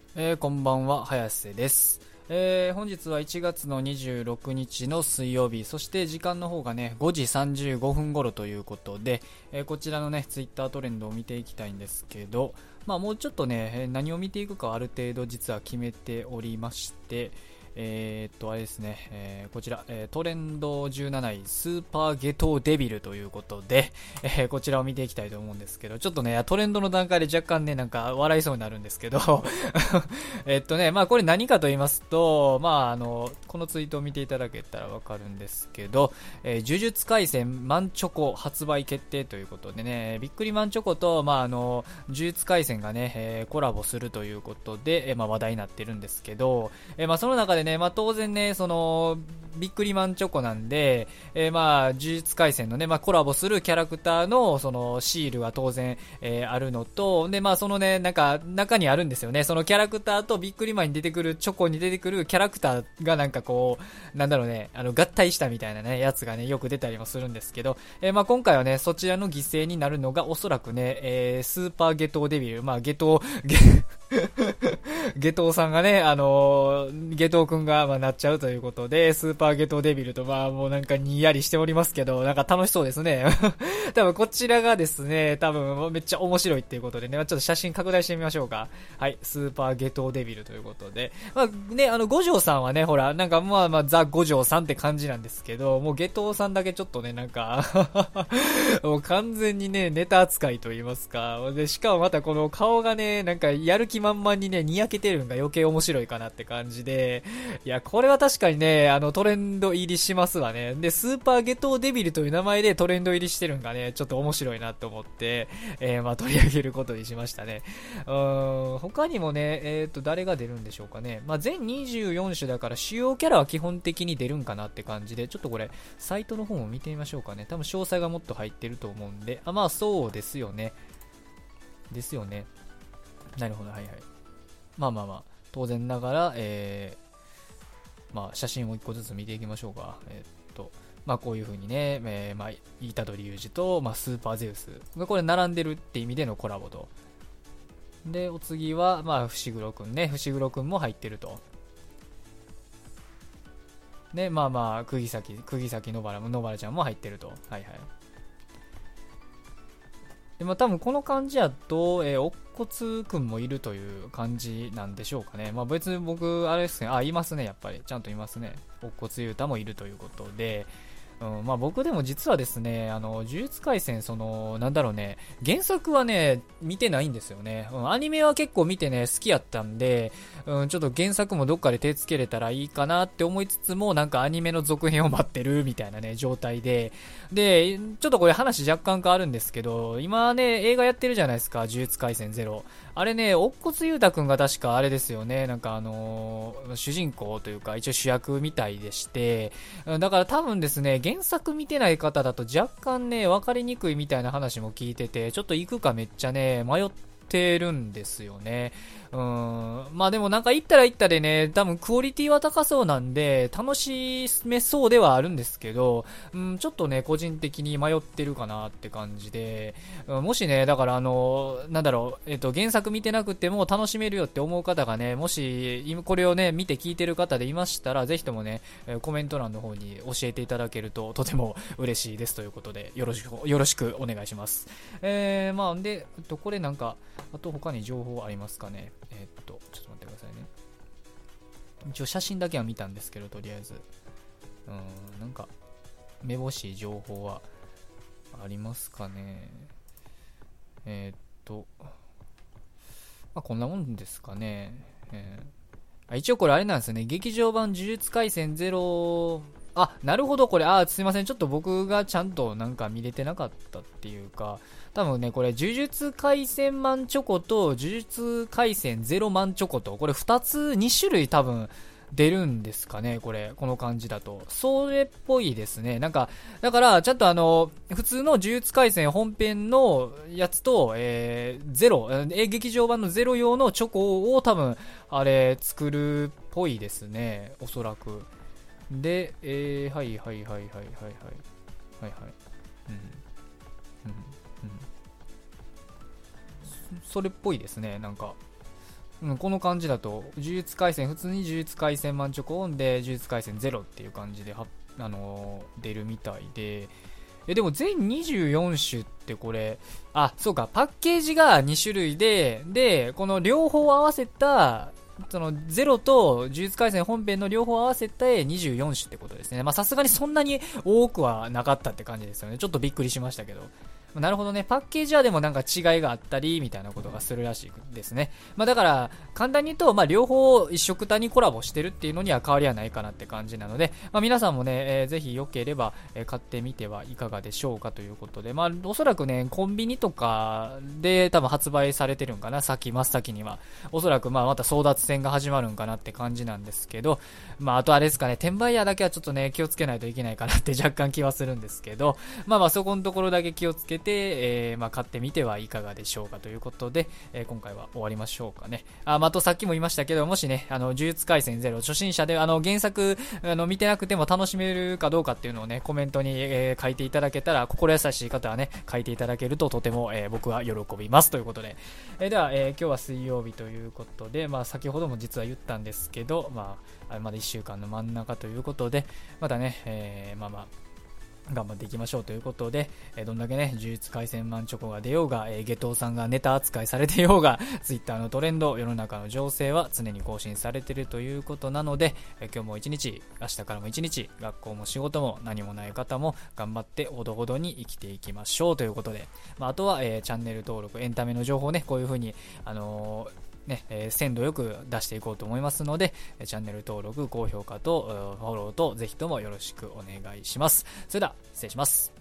こんばんは、早瀬です。本日は1月の26日の水曜日、そして時間の方がね、5時35分頃ということで、こちらのね、ツイッタートレンドを見ていきたいんですけど、もうちょっとね、何を見ていくかある程度実は決めておりまして、あれですね、こちら、トレンド17位、スーパーゲトデビルということで、こちらを見ていきたいと思うんですけど、ちょっとね、トレンドの段階で若干ね、なんか笑いそうになるんですけど、これ何かと言いますと、このツイートを見ていただけたらわかるんですけど、呪術廻戦マンチョコ発売決定ということでね、びっくりマンチョコと、呪術廻戦がね、コラボするということで、話題になってるんですけど、その中でね、当然ね、その、ビックリマンチョコなんで、呪術廻戦のね、コラボするキャラクターの、その、シールは当然、あるのと、で、そのね、なんか、中にあるんですよね。そのキャラクターとビックリマンに出てくる、チョコに出てくるキャラクターがなんかこう、なんだろうね、合体したみたいなね、やつがね、よく出たりもするんですけど、今回はね、そちらの犠牲になるのが、おそらくね、スーパーゲトウデビル、ゲトウさんがね、ゲトウくんが、なっちゃうということで、スーパーゲトウデビルと、もうなんかにやりしておりますけど、なんか楽しそうですね。多分こちらがですね、多分めっちゃ面白いっていうことでね、ちょっと写真拡大してみましょうか。はい、スーパーゲトウデビルということで。五条さんはね、ほら、なんかザ・五条さんって感じなんですけど、もうゲトウさんだけちょっとね、なんかもう完全にね、ネタ扱いと言いますか。で、しかもまたこの顔がね、なんかやる気満々にね、にやけてるのが余計面白いかなって感じで、いや、これは確かにね、トレンド入りしますわね。で、スーパーゲトウデビルという名前でトレンド入りしてるのがね、ちょっと面白いなと思って、取り上げることにしましたね。他にもね、誰が出るんでしょうかね。全24種だから主要キャラは基本的に出るんかなって感じで、ちょっとこれ、サイトの方も見てみましょうかね。多分詳細がもっと入ってると思うんで、そうですよね。ですよね。なるほど、はいはい。当然ながら、写真を一個ずつ見ていきましょうか。こういう風にね、イータドリユージと、スーパーゼウスがこれ並んでるって意味でのコラボと。で、お次は、伏黒くんね。伏黒くんも入ってると。で、釘崎野原ちゃんも入ってると。はいはい。で多分この感じやと、乙骨くんもいるという感じなんでしょうかね。別に僕、あれですね。いますね、やっぱり。ちゃんといますね。乙骨裕太もいるということで、僕でも実はですね、呪術廻戦、なんだろうね、原作はね、見てないんですよね。アニメは結構見てね、好きやったんで、ちょっと原作もどっかで手つけれたらいいかなって思いつつも、なんかアニメの続編を待ってるみたいなね、状態で、ちょっとこれ話若干変わるんですけど、今ね、映画やってるじゃないですか、呪術廻戦ゼロ。あれね、乙骨裕太くんが確かあれですよね、なんか主人公というか、一応主役みたいでして、だから多分ですね、原作見てない方だと若干ね、分かりにくいみたいな話も聞いてて、ちょっと行くかめっちゃね、迷ってるんですよね。でもなんか行ったら行ったでね、多分クオリティは高そうなんで、楽しめそうではあるんですけど、ちょっとね、個人的に迷ってるかなって感じで、もしね、だからなんだろう、原作見てなくても楽しめるよって思う方がね、もし、これをね、見て聞いてる方でいましたら、ぜひともね、コメント欄の方に教えていただけると、とても嬉しいですということで、よろしくお願いします。で、これなんか、あと他に情報ありますかね。ちょっと待ってくださいね。一応写真だけは見たんですけど、とりあえず。なんか、めぼしい情報はありますかね。こんなもんですかね。一応これあれなんですよね。劇場版呪術廻戦ゼロ、なるほど、これ、すいません。ちょっと僕がちゃんとなんか見れてなかったっていうか、多分ね、これ、呪術廻戦マンチョコと、呪術廻戦ゼロマンチョコと、これ2つ、2種類多分、出るんですかね、この感じだと。それっぽいですね。なんか、だから、ちゃんと普通の呪術廻戦本編のやつと、ゼロ、劇場版のゼロ用のチョコを多分、あれ、作るっぽいですね、おそらく。で、はいはいはいはいはいはい。はいはい。うん。うん。うん。それっぽいですね、なんか。 この感じだと、呪術廻戦、普通に呪術廻戦マンチョコオンで、呪術廻戦ゼロっていう感じで出るみたいで、でも全24種ってこれ、そうか、パッケージが2種類で、この両方合わせた、そのゼロと呪術廻戦本編の両方合わせて24種ってことですね。まあさすがにそんなに多くはなかったって感じですよね。ちょっとびっくりしましたけど。なるほどね。パッケージはでもなんか違いがあったり、みたいなことがするらしいですね。まあだから、簡単に言うと、まあ両方一緒くたにコラボしてるっていうのには変わりはないかなって感じなので、まあ皆さんもね、ぜひ良ければ、買ってみてはいかがでしょうかということで、まあおそらくね、コンビニとかで多分発売されてるんかな、真っ先には。おそらくまあまた争奪戦が始まるんかなって感じなんですけど、まああとあれですかね、転売ヤーだけはちょっとね、気をつけないといけないかなって若干気はするんですけど、まあそこのところだけ気をつけて、まあ買ってみてはいかがでしょうかということで、今回は終わりましょうかね。あとさっきも言いましたけど、もしね、呪術廻戦ゼロ初心者で原作見てなくても楽しめるかどうかっていうのをね、コメントに、書いていただけたら、心優しい方はね、書いていただけるととても、僕は喜びますということで、では、今日は水曜日ということで、まあ先ほども実は言ったんですけど、まだ1週間の真ん中ということで、またね、頑張っていきましょうということで、どんだけね、呪術廻戦マンチョコが出ようが、下等さんがネタ扱いされてようが、ツイッターのトレンド、世の中の情勢は常に更新されているということなので、今日も一日、明日からも一日、学校も仕事も何もない方も頑張ってほどほどに生きていきましょうということで、あとは、チャンネル登録、エンタメの情報ね、こういう風に、鮮度よく出していこうと思いますので、チャンネル登録、高評価とフォローとぜひともよろしくお願いします。それでは失礼します。